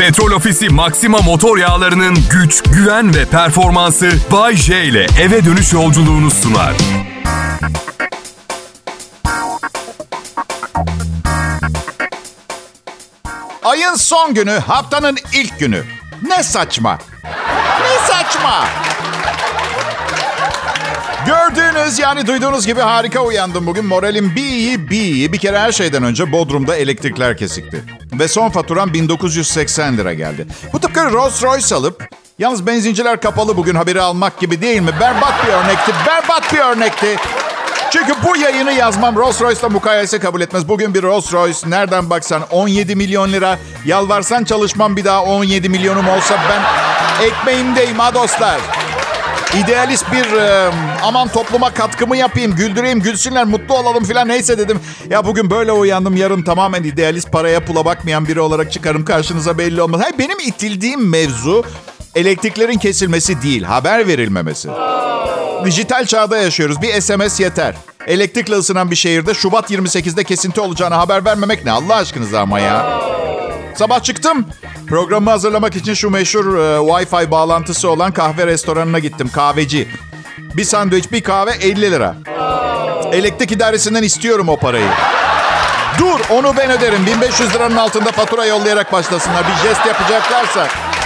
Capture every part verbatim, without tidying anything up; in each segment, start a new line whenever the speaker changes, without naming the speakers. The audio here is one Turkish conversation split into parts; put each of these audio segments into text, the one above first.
Petrol Ofisi Maxima motor yağlarının güç, güven ve performansı Bay J ile eve dönüş yolculuğunu sunar.
Ayın son günü, haftanın ilk günü. Ne saçma. Ne saçma. Gördüğünüz yani duyduğunuz gibi harika uyandım bugün. Moralim bir iyi bir iyi. Bir kere her şeyden önce Bodrum'da elektrikler kesikti. Ve son faturam bin dokuz yüz seksen lira geldi. Bu tıpkı Rolls Royce alıp, yalnız benzinciler kapalı bugün haberi almak gibi değil mi? Berbat bir örnekti, berbat bir örnekti. Çünkü bu yayını yazmam Rolls Royce'la mukayese kabul etmez. Bugün bir Rolls Royce nereden baksan on yedi milyon lira. Yalvarsan çalışmam bir daha on yedi milyonum olsa ben ekmeğimdeyim ha dostlar. İdealist bir e, aman topluma katkımı yapayım, güldüreyim, gülsünler, mutlu olalım filan neyse dedim. Ya bugün böyle uyandım, yarın tamamen idealist, paraya pula bakmayan biri olarak çıkarım karşınıza, belli olmaz. Hayır, benim itildiğim mevzu elektriklerin kesilmesi değil, haber verilmemesi. Dijital çağda yaşıyoruz, bir S M S yeter. Elektrikle ısınan bir şehirde Şubat yirmi sekizde kesinti olacağını haber vermemek ne Allah aşkınıza ama ya. Sabah çıktım. Programı hazırlamak için şu meşhur e, Wi-Fi bağlantısı olan kahve restoranına gittim. Kahveci. Bir sandviç, bir kahve elli lira. Elektrik idaresinden istiyorum o parayı. Dur, onu ben öderim. bin beş yüz liranın altında fatura yollayarak başlasınlar. Bir jest yapacaklarsa.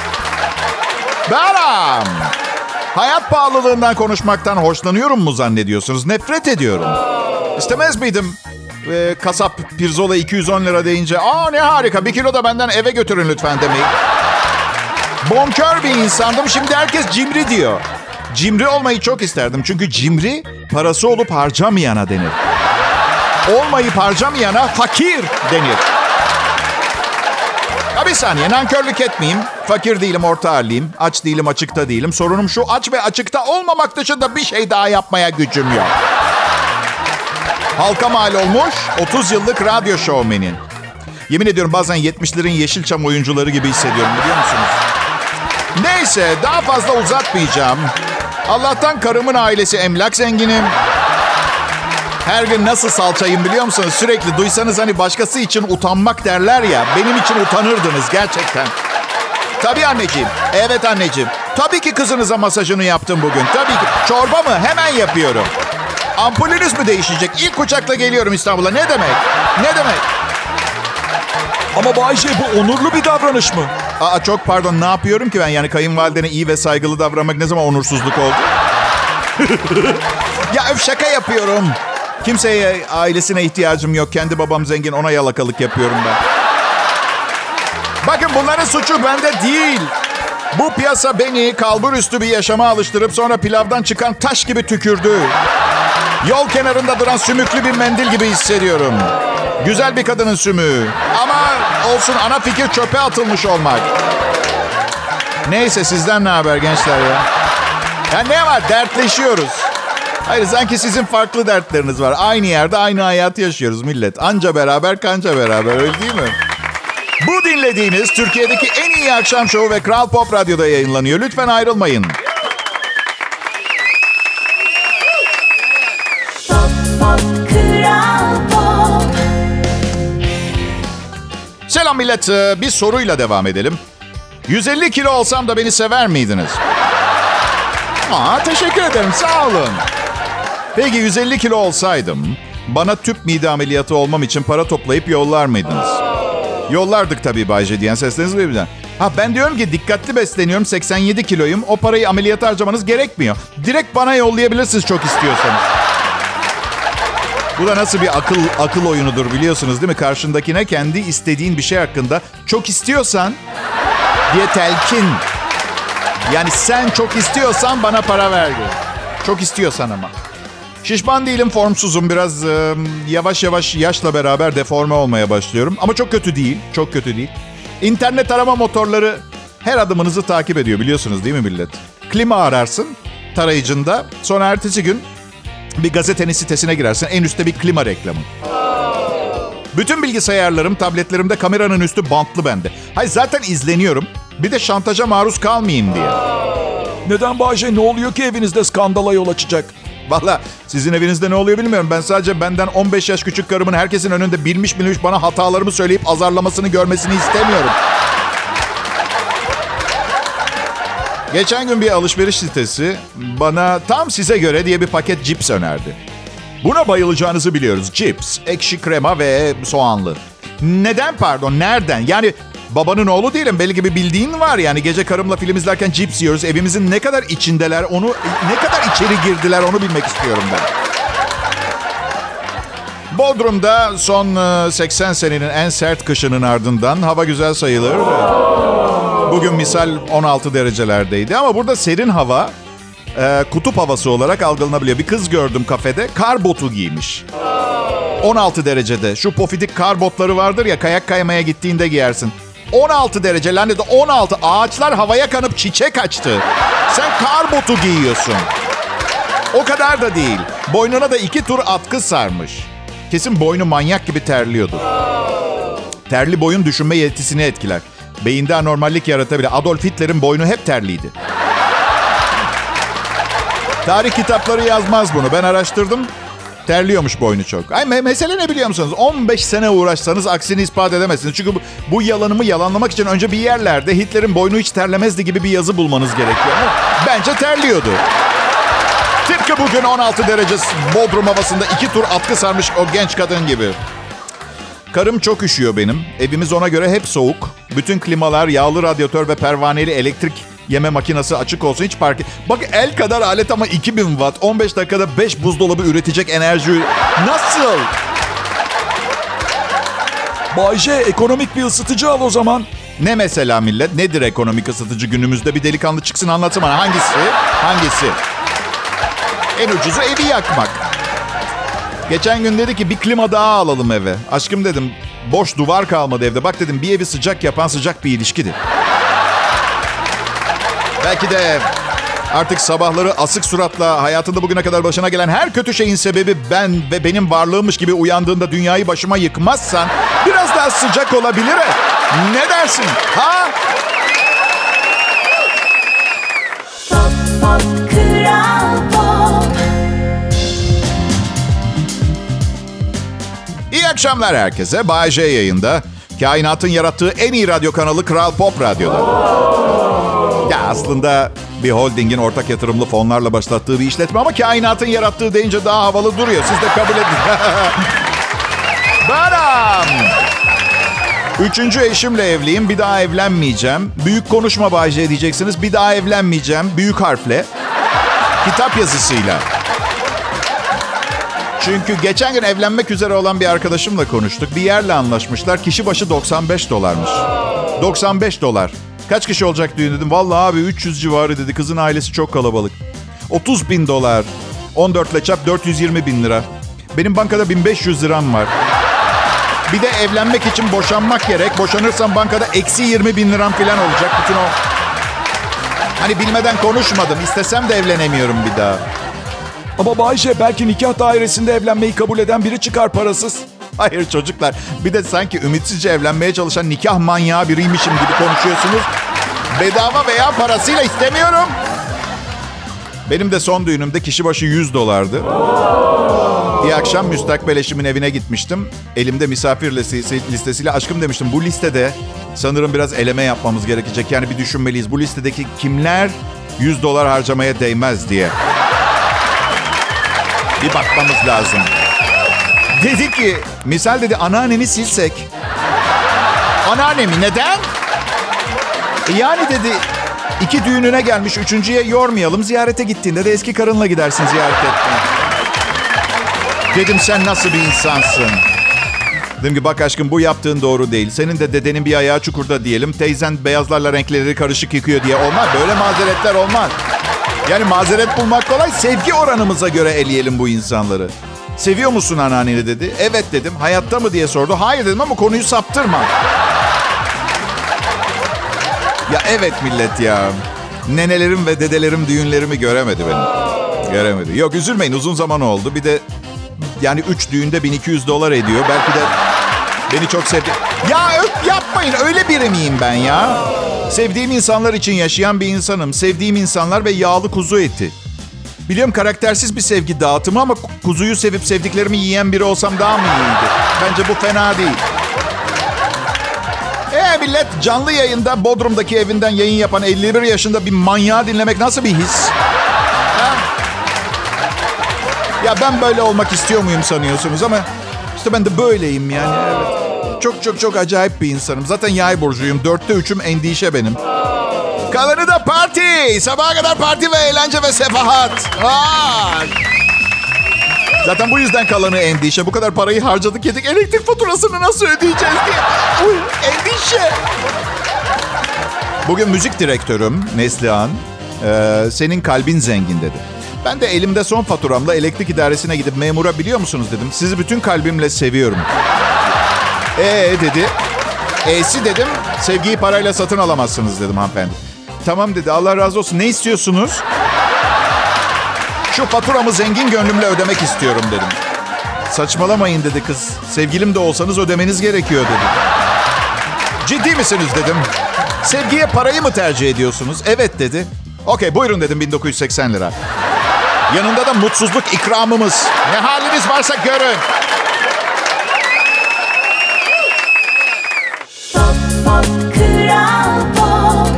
Beram. Hayat pahalılığından konuşmaktan hoşlanıyorum mu zannediyorsunuz? Nefret ediyorum. İstemez miydim? Ee, kasap pirzola iki yüz on lira deyince, aa ne harika, bir kilo da benden eve götürün lütfen demeyi. Bonkör bir insandım, şimdi herkes cimri diyor. Cimri olmayı çok isterdim çünkü cimri parası olup harcamayana denir. Olmayıp harcamayana fakir denir. Ya bir saniye, nankörlük etmeyeyim. Fakir değilim, orta halliyim. Aç değilim, açıkta değilim. Sorunum şu, aç ve açıkta olmamak dışında bir şey daha yapmaya gücüm yok. Halka mal olmuş otuz yıllık radyo şovmeni. Yemin ediyorum bazen yetmişlerin Yeşilçam oyuncuları gibi hissediyorum, biliyor musunuz? Neyse, daha fazla uzatmayacağım. Allah'tan karımın ailesi emlak zenginim. Her gün nasıl salçayım biliyor musunuz? Sürekli duysanız hani başkası için utanmak derler ya. Benim için utanırdınız gerçekten. Tabii anneciğim. Evet anneciğim. Tabii ki kızınıza masajını yaptım bugün. Tabii ki. Çorba mı? Hemen yapıyorum. Ampulünüz mü değişecek? İlk uçakla geliyorum İstanbul'a. Ne demek? Ne demek?
Ama Bayce, bu onurlu bir davranış mı?
Aa, çok pardon, ne yapıyorum ki ben? Yani kayınvalidene iyi ve saygılı davranmak ne zaman onursuzluk oldu? Ya öf, şaka yapıyorum. Kimseye, ailesine ihtiyacım yok. Kendi babam zengin, ona yalakalık yapıyorum ben. Bakın, bunların suçu bende değil. Bu piyasa beni kalbur üstü bir yaşama alıştırıp sonra pilavdan çıkan taş gibi tükürdü. Yol kenarında duran sümüklü bir mendil gibi hissediyorum. Güzel bir kadının sümüğü. Ama olsun, ana fikir çöpe atılmış olmak. Neyse, sizden ne haber gençler ya? Ya ne var? Dertleşiyoruz. Hayır, sanki sizin farklı dertleriniz var. Aynı yerde aynı hayatı yaşıyoruz millet. Anca beraber kanca beraber, öyle değil mi? Bu dinlediğiniz Türkiye'deki en iyi akşam şovu ve Kral Pop Radyo'da yayınlanıyor. Lütfen ayrılmayın. Selam millet. Bir soruyla devam edelim. yüz elli kilo olsam da beni sever miydiniz? Aa, teşekkür ederim, sağ olun. Peki yüz elli kilo olsaydım, bana tüp mide ameliyatı olmam için para toplayıp yollar mıydınız? Yollardık tabii Bayce diyen sesleriniz duyabilirim. Ha, ben diyorum ki dikkatli besleniyorum, seksen yedi kiloyum. O parayı ameliyata harcamanız gerekmiyor. Direkt bana yollayabilirsiniz çok istiyorsanız. Bu da nasıl bir akıl akıl oyunudur biliyorsunuz değil mi? Karşındakine kendi istediğin bir şey hakkında çok istiyorsan diye telkin. Yani sen çok istiyorsan bana para ver diyor. Çok istiyorsan ama. Şişman değilim, formsuzum. Biraz e, yavaş yavaş yaşla beraber deforme olmaya başlıyorum. Ama çok kötü değil, çok kötü değil. İnternet arama motorları her adımınızı takip ediyor biliyorsunuz değil mi millet? Klima ararsın tarayıcında. Sonra ertesi gün bir gazetenin sitesine girersin. En üstte bir klima reklamı. Bütün bilgisayarlarım, tabletlerimde kameranın üstü bantlı bende. Hayır, zaten izleniyorum. Bir de şantaja maruz kalmayayım diye.
Neden Bayce? Ne oluyor ki evinizde skandala yol açacak?
Valla sizin evinizde ne oluyor bilmiyorum. Ben sadece benden on beş yaş küçük karımın herkesin önünde bilmiş bilmiş bana hatalarımı söyleyip azarlamasını görmesini istemiyorum. Geçen gün bir alışveriş sitesi bana tam size göre diye bir paket cips önerdi. Buna bayılacağınızı biliyoruz. Cips, ekşi krema ve soğanlı. Neden pardon? Nereden? Yani babanın oğlu değilim. Belli gibi bildiğin var yani. Gece karımla film izlerken cips yiyoruz. Evimizin ne kadar içindeler, onu ne kadar içeri girdiler onu bilmek istiyorum ben. Bodrum'da son seksen senenin en sert kışının ardından hava güzel sayılır. Bugün misal on altı derecelerdeydi ama burada serin hava e, kutup havası olarak algılanabiliyor. Bir kız gördüm kafede, kar botu giymiş. on altı derecede. Şu pofidik kar botları vardır ya, kayak kaymaya gittiğinde giyersin. on altı derece lanet, on altı. Ağaçlar havaya kanıp çiçek açtı. Sen kar botu giyiyorsun. O kadar da değil. Boynuna da iki tur atkı sarmış. Kesin boynu manyak gibi terliyordu. Terli boyun düşünme yetisini etkiler. Beyinde anormallik yaratabilir. Adolf Hitler'in boynu hep terliydi. Tarih kitapları yazmaz bunu. Ben araştırdım. Terliyormuş boynu çok. Ay me- mesele ne biliyor musunuz? on beş sene uğraşsanız aksini ispat edemezsiniz. Çünkü bu, bu yalanımı yalanlamak için önce bir yerlerde Hitler'in boynu hiç terlemezdi gibi bir yazı bulmanız gerekiyor. Bence terliyordu. Tıpkı bugün on altı derece Bodrum havasında iki tur atkı sarmış o genç kadın gibi. Karım çok üşüyor benim. Evimiz ona göre hep soğuk. Bütün klimalar, yağlı radyatör ve pervaneli elektrik yeme makinesi açık olsun. Hiç fark et. Bak el kadar alet ama iki bin watt. on beş dakikada beş buzdolabı üretecek enerji. Nasıl?
Bay J, ekonomik bir ısıtıcı al o zaman.
Ne mesela millet? Nedir ekonomik ısıtıcı günümüzde? Bir delikanlı çıksın anlatsın bana. Hangisi? Hangisi? En ucuzu evi yakmak. Geçen gün dedi ki bir klima daha alalım eve. Aşkım dedim, boş duvar kalmadı evde. Bak dedim, bir evi sıcak yapan sıcak bir ilişkidir. Belki de artık sabahları asık suratla hayatında bugüne kadar başına gelen her kötü şeyin sebebi ben ve benim varlığımmış gibi uyandığında dünyayı başıma yıkmazsan biraz daha sıcak olabilir. Ne dersin? Ha?
Pop, pop, Kral Pop.
İyi akşamlar herkese. Bay J yayında. Kainatın yarattığı en iyi radyo kanalı Kral Pop Radyo'da. Ya aslında bir holdingin ortak yatırımlı fonlarla başlattığı bir işletme ama kainatın yarattığı deyince daha havalı duruyor. Siz de kabul edin. Baram. Üçüncü eşimle evliyim. Bir daha evlenmeyeceğim. Büyük konuşma Bay J diyeceksiniz. Bir daha evlenmeyeceğim. Büyük harfle. Kitap yazısıyla. Çünkü geçen gün evlenmek üzere olan bir arkadaşımla konuştuk. Bir yerle anlaşmışlar. Kişi başı doksan beş dolarmış. doksan beş dolar. Kaç kişi olacak düğün dedim. Vallahi abi üç yüz civarı dedi. Kızın ailesi çok kalabalık. otuz bin dolar. on dört ile çarp dört yüz yirmi bin lira. Benim bankada bin beş yüz liram var. Bir de evlenmek için boşanmak gerek. Boşanırsam bankada eksi yirmi bin liram falan olacak. Bütün o... Hani bilmeden konuşmadım. İstesem de evlenemiyorum bir daha.
Ama Bay J, belki nikah dairesinde evlenmeyi kabul eden biri çıkar parasız.
Hayır çocuklar. Bir de sanki ümitsizce evlenmeye çalışan nikah manyağı biriymişim gibi konuşuyorsunuz. Bedava veya parasıyla istemiyorum. Benim de son düğünümde kişi başı yüz dolardı. Bir akşam müstakbel eşimin evine gitmiştim. Elimde misafir listesi, listesiyle aşkım demiştim. Bu listede sanırım biraz eleme yapmamız gerekecek. Yani bir düşünmeliyiz. Bu listedeki kimler yüz dolar harcamaya değmez diye. Bir bakmamız lazım. Dedi ki, misal dedi anneanneni silsek. Anneannemi neden? E yani dedi iki düğününe gelmiş, üçüncüye yormayalım. Ziyarete gittiğinde de eski karınla gidersin ziyaret etmeye. Dedim sen nasıl bir insansın? Dedim ki bak aşkım bu yaptığın doğru değil. Senin de dedenin bir ayağı çukurda diyelim. Teyzen beyazlarla renkleri karışık yıkıyor diye olmaz. Böyle mazeretler olmaz. Yani mazeret bulmak kolay. Sevgi oranımıza göre eleyelim bu insanları. Seviyor musun anneanneni dedi. Evet dedim. Hayatta mı diye sordu. Hayır dedim ama konuyu saptırma. Ya evet millet ya. Nenelerim ve dedelerim düğünlerimi göremedi benim. Göremedi. Yok üzülmeyin uzun zaman oldu. Bir de yani üç düğünde bin iki yüz dolar ediyor. Belki de beni çok sevdi. Ya yapmayın öyle biri miyim ben ya? Sevdiğim insanlar için yaşayan bir insanım. Sevdiğim insanlar ve yağlı kuzu eti. Biliyorum karaktersiz bir sevgi dağıtımı ama kuzuyu sevip sevdiklerimi yiyen biri olsam daha mı iyiydi? Bence bu fena değil. Düşünsene millet, canlı yayında Bodrum'daki evinden yayın yapan elli bir yaşında bir manyağı dinlemek nasıl bir his? Ha? Ya ben böyle olmak istiyor muyum sanıyorsunuz ama işte ben de böyleyim yani. Evet. Çok çok çok acayip bir insanım. Zaten yay burcuyum. Dörtte üçüm endişe benim. Kalanı da parti. Sabaha kadar parti ve eğlence ve sefahat. Aa! Zaten bu yüzden kalanı endişe. Bu kadar parayı harcadık yedik. Elektrik faturasını nasıl ödeyeceğiz diye. Uy, endişe. Bugün müzik direktörüm Neslihan, e, senin kalbin zengin dedi. Ben de elimde son faturamla elektrik idaresine gidip memura biliyor musunuz dedim. Sizi bütün kalbimle seviyorum. Ee dedi. E'si dedim. Sevgiyi parayla satın alamazsınız dedim hanımefendi. Tamam dedi. Allah razı olsun. Ne istiyorsunuz? Şu faturamı zengin gönlümle ödemek istiyorum dedim. Saçmalamayın dedi kız. Sevgilim de olsanız ödemeniz gerekiyor dedi. Ciddi misiniz dedim. Sevgiye parayı mı tercih ediyorsunuz? Evet dedi. Okey buyurun dedim bin dokuz yüz seksen lira. Yanında da mutsuzluk ikramımız. Ne haliniz varsa görün.
Pop, pop, Kral Pop.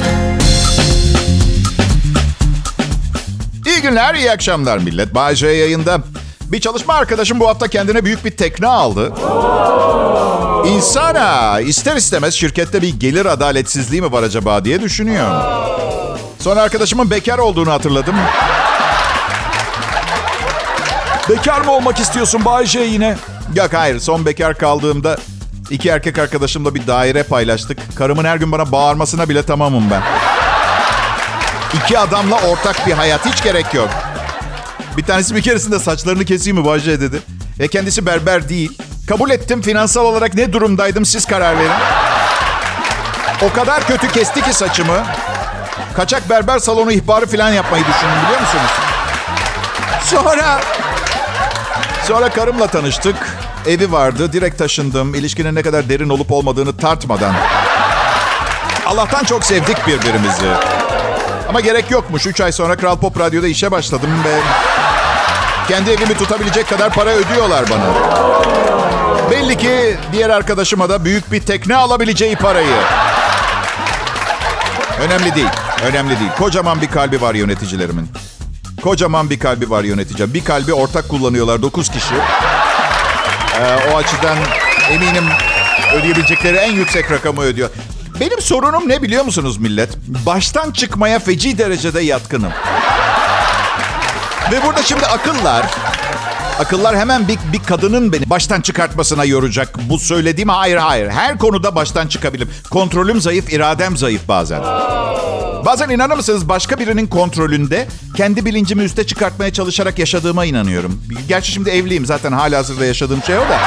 İyi günler, iyi akşamlar millet. Bay J yayında. Bir çalışma arkadaşım bu hafta kendine büyük bir tekne aldı. İnsana ister istemez şirkette bir gelir adaletsizliği mi var acaba diye düşünüyor. Sonra arkadaşımın bekar olduğunu hatırladım.
Bekar mı olmak istiyorsun Bay J yine?
Yok hayır, son bekar kaldığımda iki erkek arkadaşımla bir daire paylaştık. Karımın her gün bana bağırmasına bile tamamım ben. İki adamla ortak bir hayat, hiç gerek yok. Bir tanesi bir keresinde saçlarını keseyim mi Bay J dedi. Ve kendisi berber değil. Kabul ettim, finansal olarak ne durumdaydım siz karar verin. O kadar kötü kesti ki saçımı. Kaçak berber salonu ihbarı falan yapmayı düşündüm biliyor musunuz? Sonra... Sonra karımla tanıştık. Evi vardı, direkt taşındım. İlişkinin ne kadar derin olup olmadığını tartmadan. Allah'tan çok sevdik birbirimizi. Ama gerek yokmuş. Üç ay sonra Kral Pop Radyo'da işe başladım ve... kendi evimi tutabilecek kadar para ödüyorlar bana. Belli ki diğer arkadaşıma da büyük bir tekne alabileceği parayı. Önemli değil, önemli değil. Kocaman bir kalbi var yöneticilerimin. Kocaman bir kalbi var yöneteceğim. Bir kalbi ortak kullanıyorlar dokuz kişi. Ee, o açıdan eminim ödeyebilecekleri en yüksek rakamı ödüyor. Benim sorunum ne biliyor musunuz millet? Baştan çıkmaya feci derecede yatkınım. Ve burada şimdi akıllar... Akıllar hemen bir, bir kadının beni baştan çıkartmasına yoracak. Bu söylediğim hayır hayır. Her konuda baştan çıkabilirim. Kontrolüm zayıf, iradem zayıf bazen. Bazen inanır mısınız başka birinin kontrolünde kendi bilincimi üste çıkartmaya çalışarak yaşadığıma inanıyorum. Gerçi şimdi evliyim zaten halihazırda yaşadığım şey o da.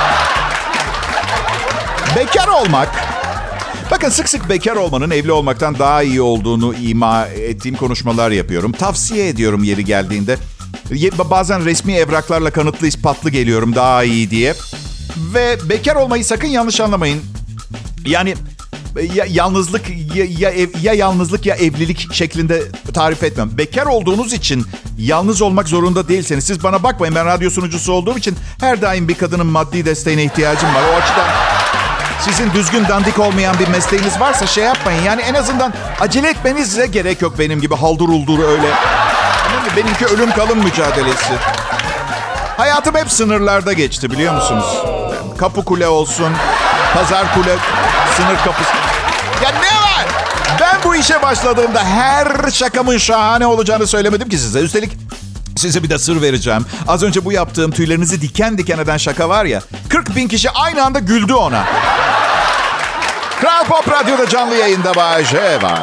Bekar olmak... Bakın sık sık bekar olmanın evli olmaktan daha iyi olduğunu ima ettiğim konuşmalar yapıyorum. Tavsiye ediyorum yeri geldiğinde. Bazen resmi evraklarla kanıtlı ispatlı geliyorum daha iyi diye. Ve bekar olmayı sakın yanlış anlamayın. Yani ya yalnızlık ya, ya, ev, ya yalnızlık ya evlilik şeklinde tarif etmem. Bekar olduğunuz için yalnız olmak zorunda değilseniz. Siz bana bakmayın, ben radyo sunucusu olduğum için her daim bir kadının maddi desteğine ihtiyacım var. O açıdan sizin düzgün dandik olmayan bir mesleğiniz varsa şey yapmayın. Yani en azından acele etmenize gerek yok benim gibi haldır uldur öyle. Benimki ölüm kalım mücadelesi. Hayatım hep sınırlarda geçti biliyor musunuz? Kapı kule olsun, pazar kule, sınır kapısı. Ya ne var? Ben bu işe başladığımda her şakamın şahane olacağını söylemedim ki size. Üstelik size bir de sır vereceğim. Az önce bu yaptığım tüylerinizi diken diken eden şaka var ya. kırk bin kişi aynı anda güldü ona. Kral Pop Radyo'da canlı yayında Bay J var.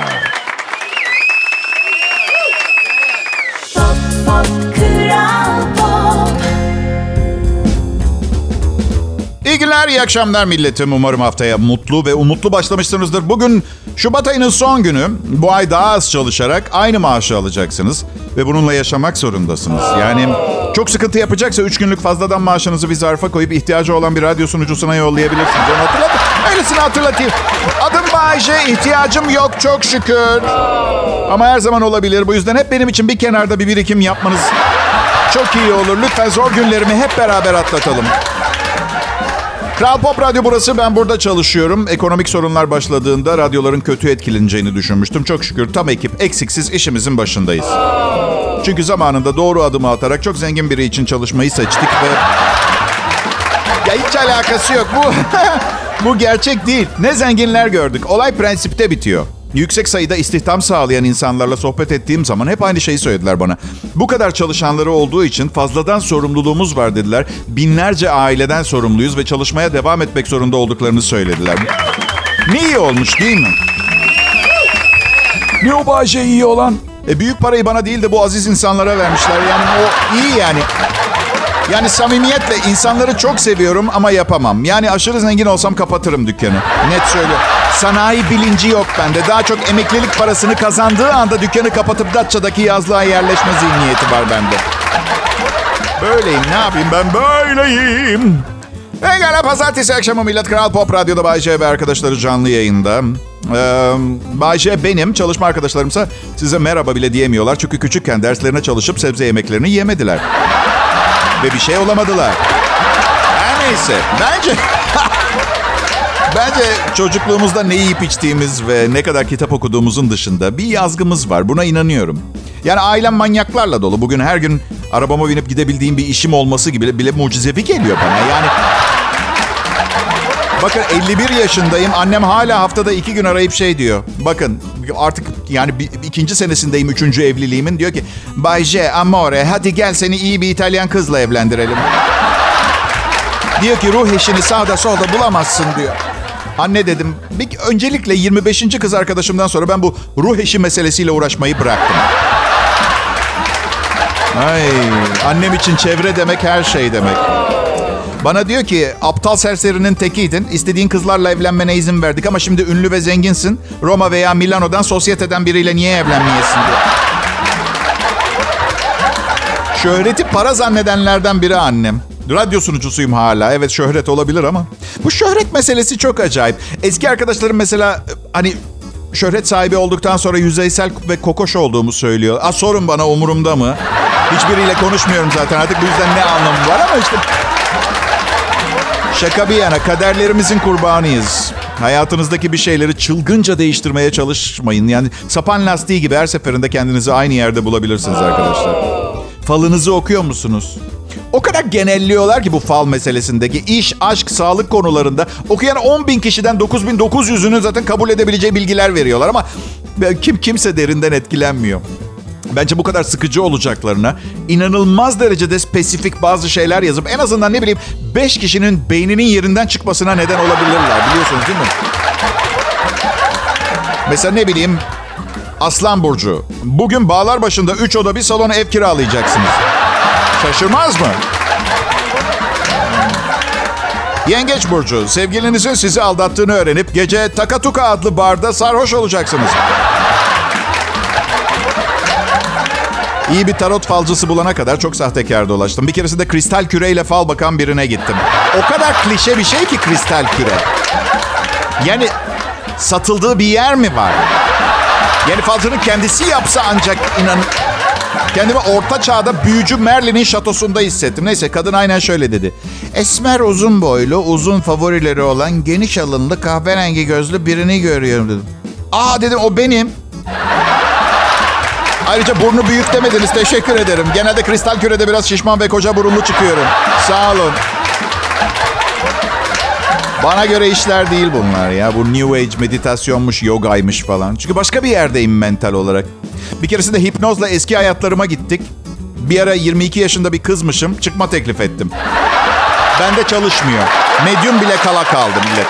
Pop, pop, Kral Pop.
İyi günler, iyi akşamlar milletim. Umarım haftaya mutlu ve umutlu başlamışsınızdır. Bugün Şubat ayının son günü. Bu ay daha az çalışarak aynı maaşı alacaksınız. Ve bununla yaşamak zorundasınız. Yani çok sıkıntı yapacaksa üç günlük fazladan maaşınızı bir zarfa koyup ihtiyacı olan bir radyo sunucusuna yollayabilirsiniz. Onu hatırlatın. Öylesine hatırlatayım. Adım Bay J, ihtiyacım yok çok şükür. Ama her zaman olabilir. Bu yüzden hep benim için bir kenarda bir birikim yapmanız çok iyi olur. Lütfen zor günlerimi hep beraber atlatalım. Kral Pop Radyo burası. Ben burada çalışıyorum. Ekonomik sorunlar başladığında radyoların kötü etkileneceğini düşünmüştüm. Çok şükür tam ekip, eksiksiz işimizin başındayız. Çünkü zamanında doğru adımı atarak çok zengin biri için çalışmayı seçtik ve... Ya hiç alakası yok. Bu bu gerçek değil. Ne zenginler gördük. Olay prensipte bitiyor. Yüksek sayıda istihdam sağlayan insanlarla sohbet ettiğim zaman hep aynı şeyi söylediler bana. Bu kadar çalışanları olduğu için fazladan sorumluluğumuz var dediler. Binlerce aileden sorumluyuz ve çalışmaya devam etmek zorunda olduklarını söylediler. Ne iyi olmuş değil mi?
Ne o Bay J iyi olan?
E büyük parayı bana değil de bu aziz insanlara vermişler. Yani o iyi yani. Yani samimiyetle insanları çok seviyorum ama yapamam. Yani aşırı zengin olsam kapatırım dükkanı. Net söylüyorum. Sanayi bilinci yok bende. Daha çok emeklilik parasını kazandığı anda dükkanı kapatıp Datça'daki yazlığa yerleşme zihniyeti var bende. Böyleyim, ne yapayım, ben böyleyim. Pekala, pazartesi akşamı millet, Kral Pop Radyo'da Bay J ve arkadaşları canlı yayında. Ee, Bay J benim, çalışma arkadaşlarımsa size merhaba bile diyemiyorlar. Çünkü küçükken derslerine çalışıp sebze yemeklerini yemediler. Ve bir şey olamadılar. Her neyse, bence... Bence çocukluğumuzda ne yiyip içtiğimiz ve ne kadar kitap okuduğumuzun dışında bir yazgımız var. Buna inanıyorum. Yani ailem manyaklarla dolu. Bugün her gün arabama binip gidebildiğim bir işim olması gibi bile mucizevi geliyor bana. Yani bakın elli bir yaşındayım. Annem hala haftada iki gün arayıp şey diyor. Bakın artık yani bir, ikinci senesindeyim üçüncü evliliğimin. Diyor ki Bay J, amore hadi gel seni iyi bir İtalyan kızla evlendirelim. Diyor ki ruh eşini sağda solda bulamazsın diyor. Anne dedim, bir, öncelikle yirmi beşinci kız arkadaşımdan sonra ben bu ruh eşi meselesiyle uğraşmayı bıraktım. Ay, annem için çevre demek her şey demek. Bana diyor ki aptal serserinin tekiydin. İstediğin kızlarla evlenmene izin verdik ama şimdi ünlü ve zenginsin. Roma veya Milano'dan sosyeteden biriyle niye evlenmeyesin diyor. Şöhreti para zannedenlerden biri annem. Radyo sunucusuyum hala. Evet, şöhret olabilir ama. Bu şöhret meselesi çok acayip. Eski arkadaşlarım mesela hani şöhret sahibi olduktan sonra yüzeysel ve kokoş olduğumu söylüyor. Aa, sorun bana, umurumda mı? Hiçbiriyle konuşmuyorum zaten artık, bu yüzden ne anlamı var ama işte. Şaka bir yana, kaderlerimizin kurbanıyız. Hayatınızdaki bir şeyleri çılgınca değiştirmeye çalışmayın. Yani sapan lastiği gibi her seferinde kendinizi aynı yerde bulabilirsiniz arkadaşlar. Falınızı okuyor musunuz? O kadar genelliyorlar ki bu fal meselesindeki iş, aşk, sağlık konularında. Okuyan on bin kişiden dokuz bin dokuz yüzünün zaten kabul edebileceği bilgiler veriyorlar ama kim kimse derinden etkilenmiyor. Bence bu kadar sıkıcı olacaklarına inanılmaz derecede spesifik bazı şeyler yazıp en azından ne bileyim beş kişinin beyninin yerinden çıkmasına neden olabilirler, biliyorsunuz değil mi? Mesela ne bileyim Aslan Burcu. Bugün Bağlarbaşı'nda üç oda bir salon ev kiralayacaksınız. Şaşırmaz mı? Yengeç Burcu. Sevgilinizin sizi aldattığını öğrenip gece Takatuka adlı barda sarhoş olacaksınız. İyi bir tarot falcısı bulana kadar çok sahtekar dolaştım. Bir keresinde kristal küreyle fal bakan birine gittim. O kadar klişe bir şey ki kristal küre. Yani satıldığı bir yer mi var? Yani falcının kendisi yapsa ancak inan... Kendimi orta çağda büyücü Merlin'in şatosunda hissettim. Neyse, kadın aynen şöyle dedi. Esmer, uzun boylu, uzun favorileri olan geniş alınlı kahverengi gözlü birini görüyorum dedim. Aa dedim, o benim. Ayrıca burnu büyük demediniz, teşekkür ederim. Genelde kristal kürede biraz şişman ve koca burunlu çıkıyorum. Sağ olun. Bana göre işler değil bunlar ya. Bu New Age meditasyonmuş, yogaymış falan. Çünkü başka bir yerdeyim mental olarak. Bir keresinde hipnozla eski hayatlarıma gittik. Bir ara yirmi iki yaşında bir kızmışım. Çıkma teklif ettim. Bende çalışmıyor. Medyum bile kala kaldı millet.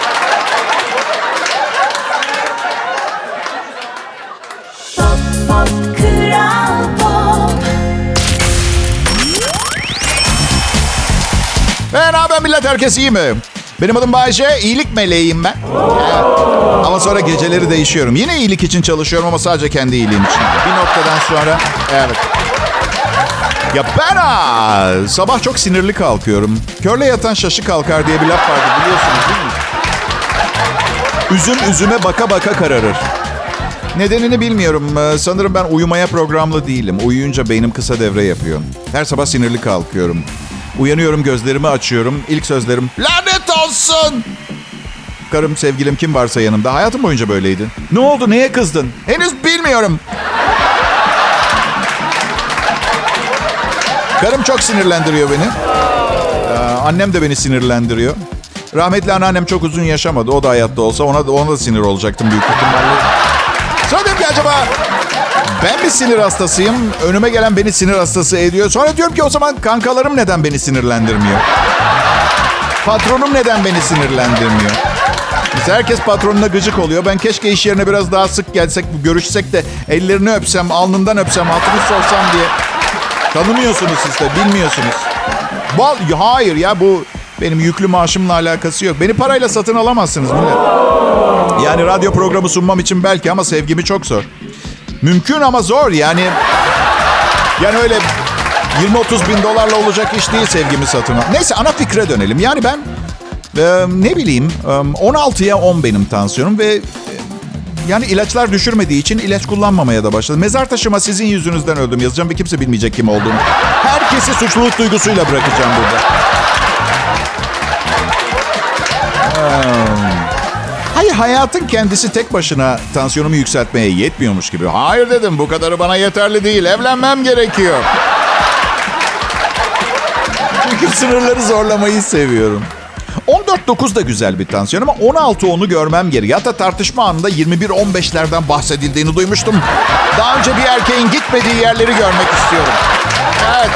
Pop, pop, Kral Pop.
Ve ne haber millet, herkes iyi mi? Benim adım Bay J, iyilik meleğiyim ben. Evet. Ama sonra geceleri değişiyorum. Yine iyilik için çalışıyorum ama sadece kendi iyiliğim için. Bir noktadan sonra, evet. Ya ben ha, sabah çok sinirli kalkıyorum. Körle yatan şaşı kalkar diye bir laf vardı, biliyorsunuz değil mi? Üzüm üzüme baka baka kararır. Nedenini bilmiyorum. Sanırım ben uyumaya programlı değilim. Uyuyunca beynim kısa devre yapıyor. Her sabah sinirli kalkıyorum. Uyanıyorum, gözlerimi açıyorum. İlk sözlerim lanet olsun. Karım, sevgilim, kim varsa yanımda. Hayatım boyunca böyleydi. Ne oldu? Neye kızdın? Henüz bilmiyorum. Karım çok sinirlendiriyor beni. Ee, annem de beni sinirlendiriyor. Rahmetli anneannem çok uzun yaşamadı. O da hayatta olsa ona da, ona da sinir olacaktım büyük ihtimalle. Sonra diyorum ki acaba ben mi sinir hastasıyım? Önüme gelen beni sinir hastası ediyor. Sonra diyorum ki o zaman kankalarım neden beni sinirlendirmiyor? Patronum neden beni sinirlendirmiyor? Mesela herkes patronuna gıcık oluyor. Ben keşke iş yerine biraz daha sık gelsek, görüşsek de ellerini öpsem, alnından öpsem, hatırını sorsam diye. Tanımıyorsunuz siz de, bilmiyorsunuz. Bu, hayır ya, bu benim yüklü maaşımla alakası yok. Beni parayla satın alamazsınız millet. Yani radyo programı sunmam için belki ama sevgimi çok zor. Mümkün ama zor yani. Yani öyle yirmi otuz bin dolarla olacak iş değil sevgimi satın al. Neyse, ana fikre dönelim. Yani ben e, ne bileyim e, on altıya on benim tansiyonum ve e, yani ilaçlar düşürmediği için ilaç kullanmamaya da başladım. Mezar taşıma sizin yüzünüzden öldüm yazacağım ve kimse bilmeyecek kim olduğumu. Herkesi suçluluk duygusuyla bırakacağım burada. Hayır, hayatın kendisi tek başına tansiyonumu yükseltmeye yetmiyormuş gibi. Hayır dedim, bu kadarı bana yeterli değil. Evlenmem gerekiyor. Çünkü sınırları zorlamayı seviyorum. on dört dokuz da güzel bir tansiyon ama on altı onu görmem gerekiyor. Hatta tartışma anında yirmi bir on beşlerden bahsedildiğini duymuştum. Daha önce bir erkeğin gitmediği yerleri görmek istiyorum. Evet.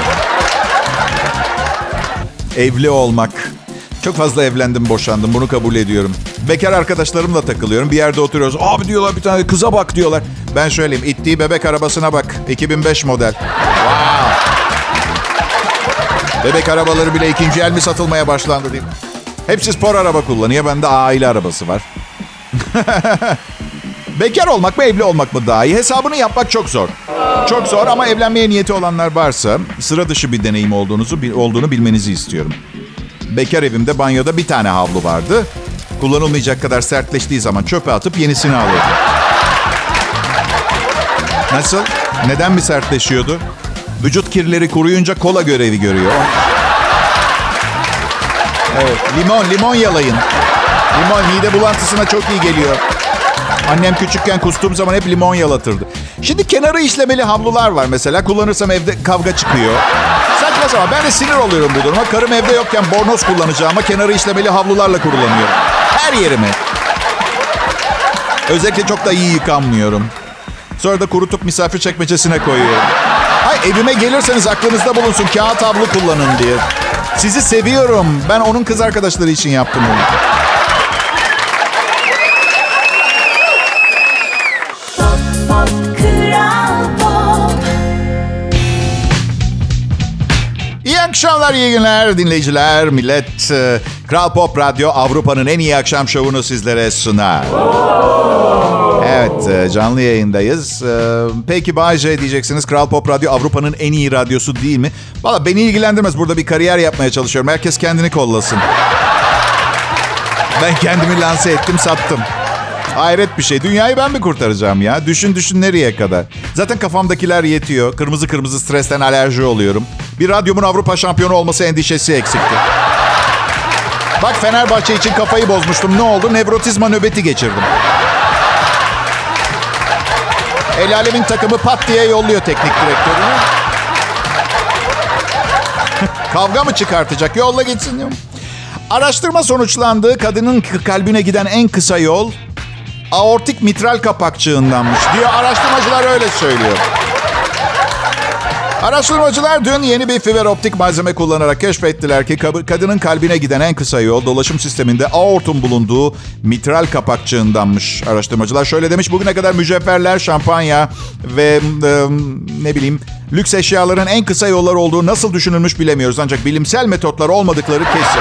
Evli olmak. Çok fazla evlendim, boşandım. Bunu kabul ediyorum. Bekar arkadaşlarımla takılıyorum. Bir yerde oturuyoruz. Abi diyorlar, bir tane kıza bak diyorlar. Ben söyleyeyim. İttiği bebek arabasına bak. iki bin beş model. Wow. Bebek arabaları bile ikinci el mi satılmaya başlandı diyeyim. Hepsi spor araba kullanıyor. Bende aile arabası var. Bekar olmak mı, evli olmak mı daha iyi? Hesabını yapmak çok zor. Çok zor ama evlenmeye niyeti olanlar varsa sıra dışı bir deneyim olduğunuzu olduğunu bilmenizi istiyorum. Bekar evimde banyoda bir tane havlu vardı. Kullanılmayacak kadar sertleştiği zaman çöpe atıp yenisini alıyordum. Nasıl? Neden mi sertleşiyordu? Vücut kirleri kuruyunca kola görevi görüyor. Evet, limon, limon yalayın. Limon mide bulantısına çok iyi geliyor. Annem küçükken kustuğum zaman hep limon yalatırdı. Şimdi kenarı işlemeli havlular var mesela. Kullanırsam evde kavga çıkıyor. Saçma sapan. Ben de sinir oluyorum bu duruma. Karım evde yokken bornoz kullanacağıma kenarı işlemeli havlularla kullanıyorum. Her yerimi. Özellikle çok da iyi yıkanmıyorum. Sonra da kurutup misafir çekmecesine koyuyorum. Hay, evime gelirseniz aklınızda bulunsun, kağıt havlu kullanın diye. Sizi seviyorum. Ben onun kız arkadaşları için yaptım onu. İyi akşamlar, iyi günler dinleyiciler, millet. Kral Pop Radyo Avrupa'nın en iyi akşam şovunu sizlere sunar. Evet, canlı yayındayız. Peki Bay J diyeceksiniz, Kral Pop Radyo Avrupa'nın en iyi radyosu değil mi? Valla beni ilgilendirmez. Burada bir kariyer yapmaya çalışıyorum. Herkes kendini kollasın. Ben kendimi lanse ettim, sattım. Hayret bir şey. Dünyayı ben mi kurtaracağım ya? Düşün düşün nereye kadar? Zaten kafamdakiler yetiyor. Kırmızı kırmızı stresten alerji oluyorum. Bir radyomun Avrupa şampiyonu olması endişesi eksikti. Bak, Fenerbahçe için kafayı bozmuştum. Ne oldu? Nevrotizma nöbeti geçirdim. El alemin takımı pat diye yolluyor teknik direktörünü. Kavga mı çıkartacak? Yolla gitsin diyorum. Araştırma sonuçlandı. Kadının kalbine giden en kısa yol aortik mitral kapakçığındanmış diyor. Araştırmacılar öyle söylüyor. Araştırmacılar dün yeni bir fiber optik malzeme kullanarak keşfettiler ki kadının kalbine giden en kısa yol dolaşım sisteminde aortun bulunduğu mitral kapakçığındanmış. Araştırmacılar şöyle demiş: bugüne kadar mücevherler, şampanya ve e, ne bileyim lüks eşyaların en kısa yollar olduğu nasıl düşünülmüş bilemiyoruz. Ancak bilimsel metotlar olmadıkları kesin.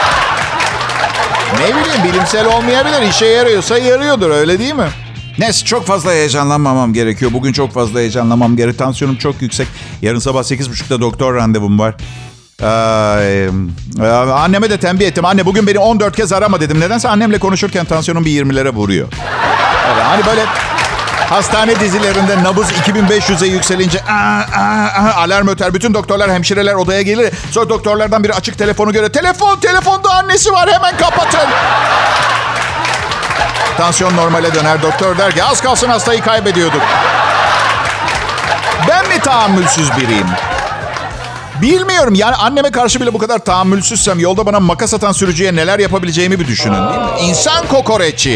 Ne bileyim, bilimsel olmayabilir. İşe yarıyorsa yarıyordur, öyle değil mi? Neyse, çok fazla heyecanlanmamam gerekiyor. Bugün çok fazla heyecanlanmam gerekiyor. Tansiyonum çok yüksek. Yarın sabah sekiz buçukta doktor randevum var. Ee, anneme de tembih ettim. Anne, bugün beni on dört kez arama dedim. Nedense annemle konuşurken tansiyonum bir yirmilere vuruyor. Evet, hani böyle Hastane dizilerinde nabız iki bin beş yüze yükselince aa, aa, aa, alarm öter. Bütün doktorlar, hemşireler odaya gelir. Sonra doktorlardan biri açık telefonu göre telefon, telefonda annesi var, hemen kapatın. Tansiyon normale döner. Doktor der ki az kalsın hastayı kaybediyorduk. Ben mi tahammülsüz biriyim? Bilmiyorum. Yani anneme karşı bile bu kadar tahammülsüzsem yolda bana makas atan sürücüye neler yapabileceğimi bir düşünün, değil mi? İnsan kokoreçi.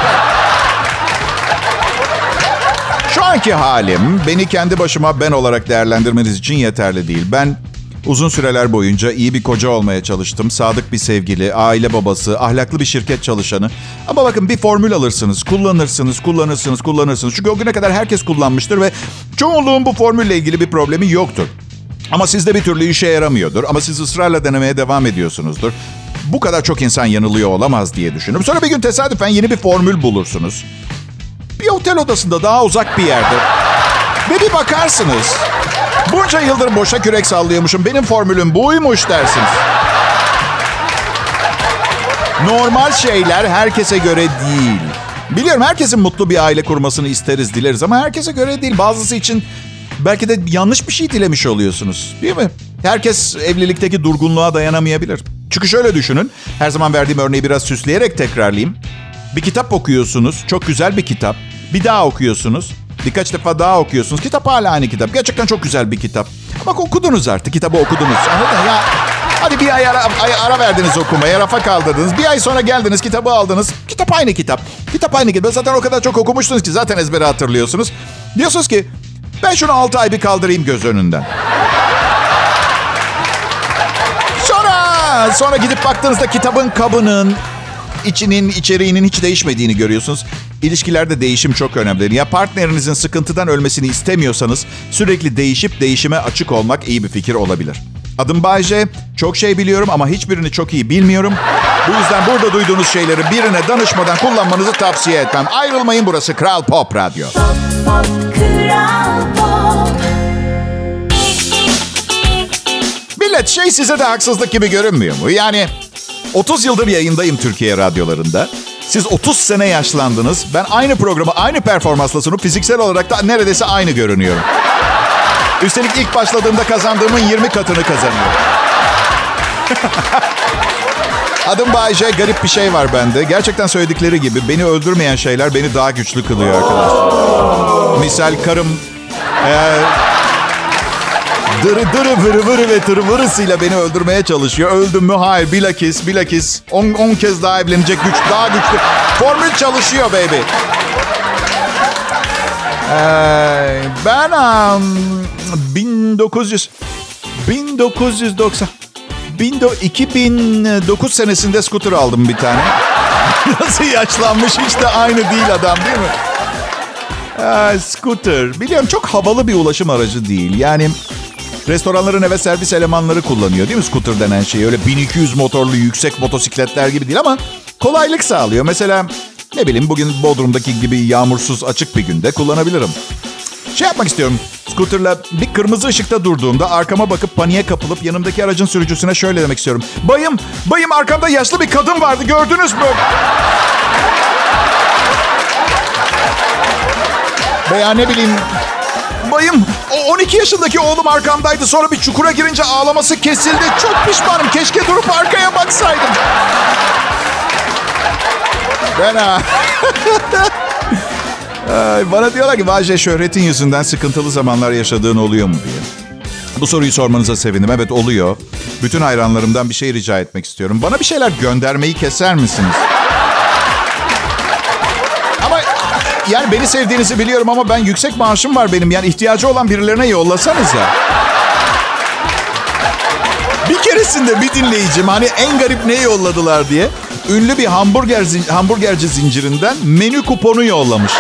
Şu anki halim beni kendi başıma ben olarak değerlendirmeniz için yeterli değil. Ben uzun süreler boyunca iyi bir koca olmaya çalıştım. Sadık bir sevgili, aile babası, ahlaklı bir şirket çalışanı. Ama bakın bir formül alırsınız, kullanırsınız, kullanırsınız, kullanırsınız. Çünkü o güne kadar herkes kullanmıştır ve çoğunluğun bu formülle ilgili bir problemi yoktur. Ama sizde bir türlü işe yaramıyordur. Ama siz ısrarla denemeye devam ediyorsunuzdur. Bu kadar çok insan yanılıyor olamaz diye düşünüp sonra bir gün tesadüfen yeni bir formül bulursunuz. Bir otel odasında daha uzak bir yerde. Ve bir bakarsınız. Bunca yıldır boşa kürek sallıyormuşum. Benim formülüm buymuş dersiniz. Normal şeyler herkese göre değil. Biliyorum herkesin mutlu bir aile kurmasını isteriz, dileriz. Ama herkese göre değil. Bazısı için belki de yanlış bir şey dilemiş oluyorsunuz. Değil mi? Herkes evlilikteki durgunluğa dayanamayabilir. Çünkü şöyle düşünün. Her zaman verdiğim örneği biraz süsleyerek tekrarlayayım. Bir kitap okuyorsunuz. Çok güzel bir kitap. Bir daha okuyorsunuz. Birkaç defa daha okuyorsunuz. Kitap hala aynı kitap. Gerçekten çok güzel bir kitap. Ama okudunuz artık. Kitabı okudunuz. Anladın ya? Hadi bir ay ara, ay ara verdiniz okumaya. Rafa kaldırdınız. Bir ay sonra geldiniz. Kitabı aldınız. Kitap aynı kitap. Kitap aynı kitap. Zaten o kadar çok okumuştunuz ki zaten ezbere hatırlıyorsunuz. Diyorsunuz ki ben şunu altı ay bir kaldırayım göz önünden. Sonra, sonra gidip baktığınızda kitabın kabının, içinin, içeriğinin hiç değişmediğini görüyorsunuz. İlişkilerde değişim çok önemli. Ya partnerinizin sıkıntıdan ölmesini istemiyorsanız sürekli değişip değişime açık olmak iyi bir fikir olabilir. Adım Bay J. Çok şey biliyorum ama hiçbirini çok iyi bilmiyorum. Bu yüzden burada duyduğunuz şeyleri birine danışmadan kullanmanızı tavsiye etmem. Ayrılmayın, burası Kral Pop Radyo.
Pop, pop, Kral Pop.
Millet şey size de haksızlık gibi görünmüyor mu? Yani otuz yıldır yayındayım Türkiye radyolarında. Siz otuz sene yaşlandınız. Ben aynı programı aynı performansla sunup fiziksel olarak da neredeyse aynı görünüyorum. Üstelik ilk başladığımda kazandığımın yirmi katını kazanıyorum. Adım Bay J, garip bir şey var bende. Gerçekten söyledikleri gibi beni öldürmeyen şeyler beni daha güçlü kılıyor arkadaşlar. Misal karım... E, Dırı dırı vırı vırı ve tırı vırısıyla beni öldürmeye çalışıyor. Öldüm mü? Hayır. Bilakis, bilakis. On, on kez daha evlenecek güç, daha güçlü. Formül çalışıyor baby. Ee, ben um, bin dokuz yüz bin dokuz yüz doksan iki bin dokuz senesinde scooter aldım bir tane. Nasıl yaşlanmış, hiç de aynı değil adam, değil mi? Ee, scooter. Biliyorum çok havalı bir ulaşım aracı değil. Yani restoranların eve servis elemanları kullanıyor değil mi scooter denen şey? Öyle bin iki yüz motorlu yüksek motosikletler gibi değil ama kolaylık sağlıyor. Mesela ne bileyim bugün Bodrum'daki gibi yağmursuz açık bir günde kullanabilirim. Şey yapmak istiyorum. Scooter'la bir kırmızı ışıkta durduğumda arkama bakıp paniğe kapılıp yanımdaki aracın sürücüsüne şöyle demek istiyorum. Bayım, bayım arkamda yaşlı bir kadın vardı, gördünüz mü? Veya ne bileyim... Bayım, o on iki yaşındaki oğlum arkamdaydı. Sonra bir çukura girince ağlaması kesildi. Çok pişmanım. Keşke durup arkaya baksaydım. Ben ha. Bana diyorlar ki Vajje, şöhretin yüzünden sıkıntılı zamanlar yaşadığın oluyor mu diye. Bu soruyu sormanıza sevindim. Evet, oluyor. Bütün hayranlarımdan bir şey rica etmek istiyorum. Bana bir şeyler göndermeyi keser misiniz? Yani beni sevdiğinizi biliyorum ama ben yüksek maaşım var benim. Yani ihtiyacı olan birilerine yollasanıza. Bir keresinde bir dinleyicim hani en garip ne yolladılar diye ünlü bir hamburger hamburgerci zincirinden menü kuponu yollamış.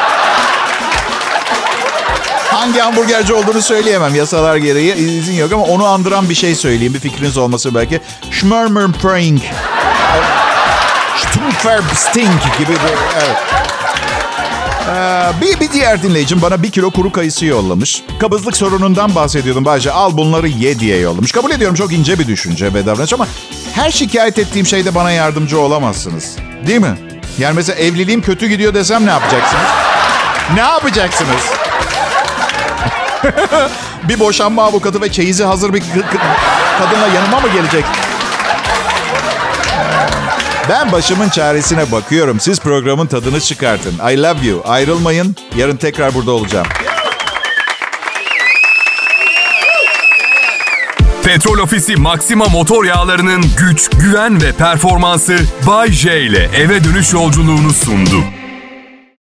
Hangi hamburgerci olduğunu söyleyemem. Yasalar gereği izin yok ama onu andıran bir şey söyleyeyim. Bir fikriniz olması belki. Schmörmerpring. Stumferbstink gibi bir... Evet. Ee, bir, bir diğer dinleyicim bana bir kilo kuru kayısı yollamış. Kabızlık sorunundan bahsediyordum. Bahçe al bunları ye diye yollamış. Kabul ediyorum çok ince bir düşünce ve davranış ama her şikayet ettiğim şeyde bana yardımcı olamazsınız. Değil mi? Yani mesela evliliğim kötü gidiyor desem ne yapacaksınız? Ne yapacaksınız? Bir boşanma avukatı ve çeyizi hazır bir k- k- kadınla yanıma mı gelecek? Ben başımın çaresine bakıyorum. Siz programın tadını çıkartın. I love you. Ayrılmayın. Yarın tekrar burada olacağım.
Petrol Ofisi Maxima motor yağlarının güç, güven ve performansı Bay J ile eve dönüş yolculuğunu sundu.